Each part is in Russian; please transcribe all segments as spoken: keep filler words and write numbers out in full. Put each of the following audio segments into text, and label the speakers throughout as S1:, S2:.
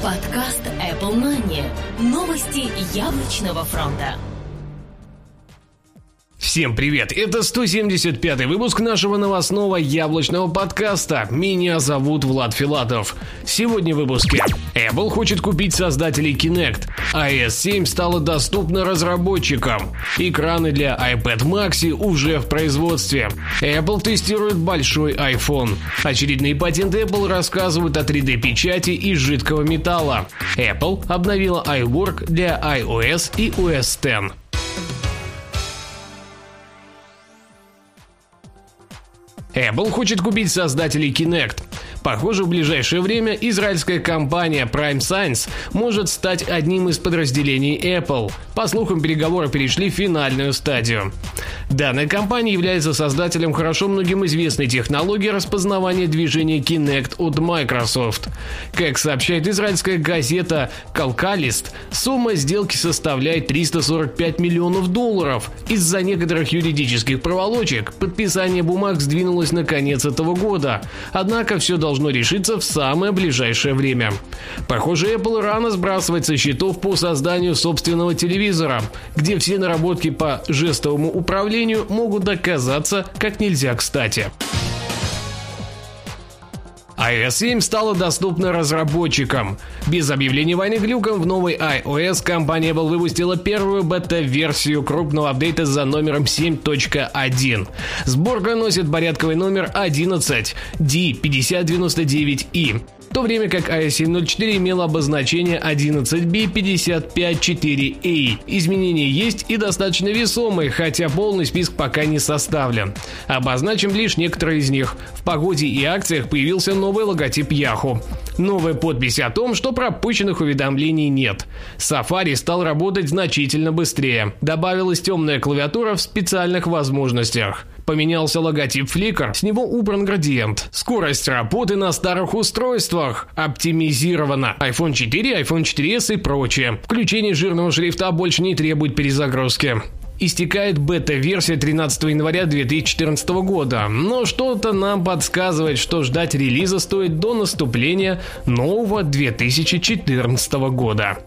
S1: Подкаст Apple Money. Новости яблочного фронта.
S2: Всем привет! Это сто семьдесят пятый выпуск нашего новостного яблочного подкаста. Меня зовут Влад Филатов. Сегодня в выпуске. Apple хочет купить создателей Kinect. ай о эс семь стала доступна разработчикам. Экраны для iPad Maxi уже в производстве. Apple тестирует большой iPhone. Очередные патенты Apple рассказывают о три дэ-печати из жидкого металла. Apple обновила iWork для iOS и о эс десять. Apple хочет купить создателей Kinect. Похоже, в ближайшее время израильская компания Prime Science может стать одним из подразделений Apple. По слухам, переговоры перешли в финальную стадию. Данная компания является создателем хорошо многим известной технологии распознавания движения Kinect от Microsoft. Как сообщает израильская газета Calcalist, сумма сделки составляет триста сорок пять миллионов долларов. Из-за некоторых юридических проволочек подписание бумаг сдвинулось на конец этого года. Однако все должно решиться в самое ближайшее время. Похоже, Apple рано сбрасывает со счетов по созданию собственного телевизора, где все наработки по жестовому управлению могут оказаться как нельзя кстати. ай о эс семь стала доступна разработчикам. Без объявления войны глюком в новой iOS компания Apple выпустила первую бета-версию крупного апдейта за номером семь точка один. Сборка носит порядковый номер одиннадцать ди пятьдесят девяносто девять и. В то время как ай о эс семь ноль четыре имела обозначение одиннадцать би пятьдесят пять четыре эй. Изменения есть и достаточно весомые, хотя полный список пока не составлен. Обозначим лишь некоторые из них. В погоде и акциях появился новый логотип Yahoo. Новая подпись о том, что пропущенных уведомлений нет. Safari стал работать значительно быстрее. Добавилась темная клавиатура в специальных возможностях. Поменялся логотип Flickr, с него убран градиент. Скорость работы на старых устройствах оптимизирована. айфон четыре, айфон четыре эс и прочее. Включение жирного шрифта больше не требует перезагрузки. Истекает бета-версия тринадцатого января две тысячи четырнадцатого года, но что-то нам подсказывает, что ждать релиза стоит до наступления нового две тысячи четырнадцатого года.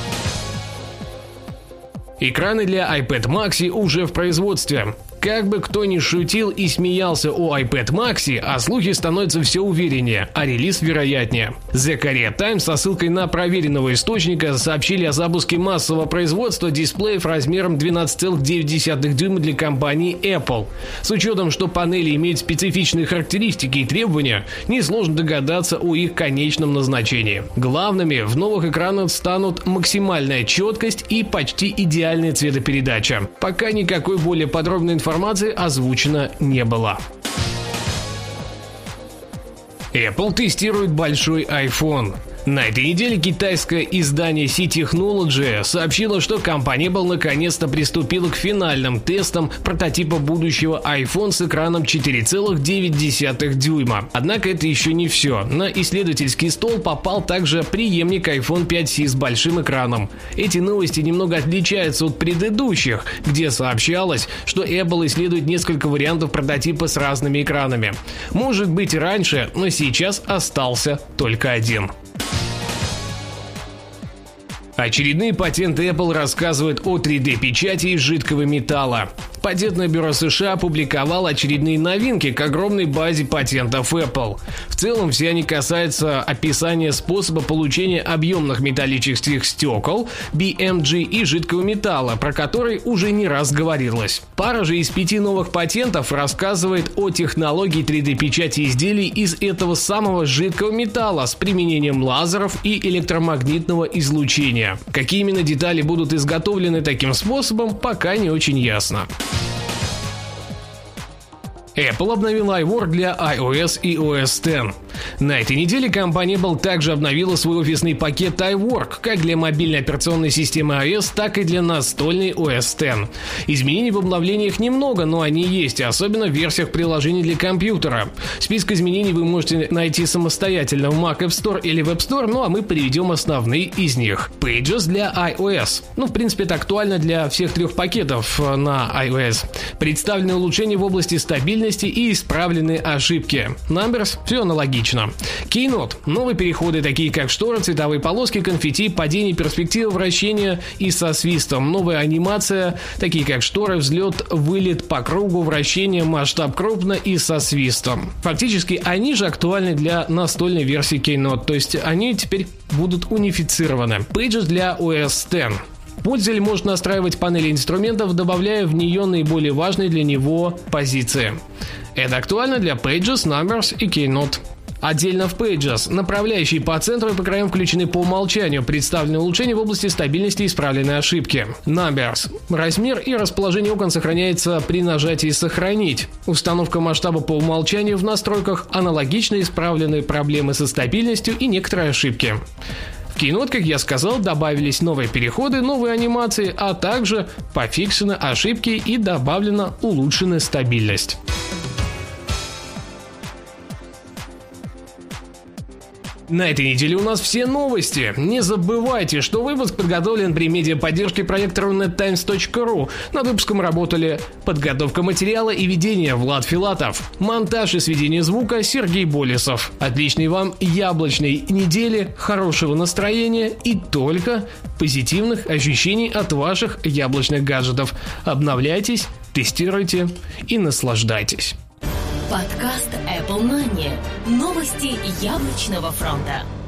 S2: Экраны для iPad Maxi уже в производстве. Как бы кто ни шутил и смеялся о iPad Maxi, а слухи становятся все увереннее, а релиз вероятнее. The Korea Times со ссылкой на проверенного источника сообщили о запуске массового производства дисплеев размером двенадцать целых девять десятых дюйма для компании Apple. С учетом, что панели имеют специфичные характеристики и требования, несложно догадаться о их конечном назначении. Главными в новых экранах станут максимальная четкость и почти идеальная цветопередача. Пока никакой более подробной информации Информации озвучено не было. Apple тестирует большой iPhone. На этой неделе китайское издание си Technology сообщило, что компания Apple наконец-то приступила к финальным тестам прототипа будущего iPhone с экраном четыре целых девять десятых дюйма. Однако это еще не все. На исследовательский стол попал также преемник айфон пять си с большим экраном. Эти новости немного отличаются от предыдущих, где сообщалось, что Apple исследует несколько вариантов прототипа с разными экранами. Может быть раньше, но сейчас остался только один. Очередные патенты Apple рассказывают о три дэ-печати из жидкого металла. Патентное бюро США опубликовало очередные новинки к огромной базе патентов Apple. В целом все они касаются описания способа получения объемных металлических стекол, би эм джи и жидкого металла, про который уже не раз говорилось. Пара же из пяти новых патентов рассказывает о технологии три дэ-печати изделий из этого самого жидкого металла с применением лазеров и электромагнитного излучения. Какие именно детали будут изготовлены таким способом, пока не очень ясно. Apple обновила iWork для iOS и о эс десять. На этой неделе компания Apple также обновила свой офисный пакет iWork как для мобильной операционной системы iOS, так и для настольной о эс десять. Изменений в обновлениях немного, но они есть, особенно в версиях приложений для компьютера. Список изменений вы можете найти самостоятельно в Mac App Store или в App Store, ну а мы приведем основные из них. Pages для iOS. Ну, в принципе, это актуально для всех трех пакетов на iOS. Представлены улучшения в области стабильности и исправлены ошибки. Numbers – все аналогично. отлично. Keynote. Новые переходы, такие как шторы, цветовые полоски, конфетти, падение, перспектива, вращение и со свистом. Новая анимация, такие как шторы, взлет, вылет по кругу, вращение, масштаб крупно и со свистом. Фактически они же актуальны для настольной версии Keynote, то есть они теперь будут унифицированы. Pages для о эс десять. Пользователь может настраивать панели инструментов, добавляя в нее наиболее важные для него позиции. Это актуально для Pages, Numbers и Keynote. Отдельно в Pages направляющие по центру и по краям включены по умолчанию, представлены улучшения в области стабильности и исправленные ошибки. Numbers. Размер и расположение окон сохраняется при нажатии «Сохранить». Установка масштаба по умолчанию в настройках, аналогично исправлены проблемы со стабильностью и некоторые ошибки. В Keynote, как я сказал, добавились новые переходы, новые анимации, а также пофиксены ошибки и добавлена улучшенная стабильность. На этой неделе у нас все новости. Не забывайте, что выпуск подготовлен при медиаподдержке проекта рунет таймс точка ру. Над выпуском работали подготовка материала и ведение Влад Филатов, монтаж и сведение звука Сергей Болесов. Отличной вам яблочной недели, хорошего настроения и только позитивных ощущений от ваших яблочных гаджетов. Обновляйтесь, тестируйте и наслаждайтесь.
S1: Подкаст Apple Money. Новости яблочного фронта.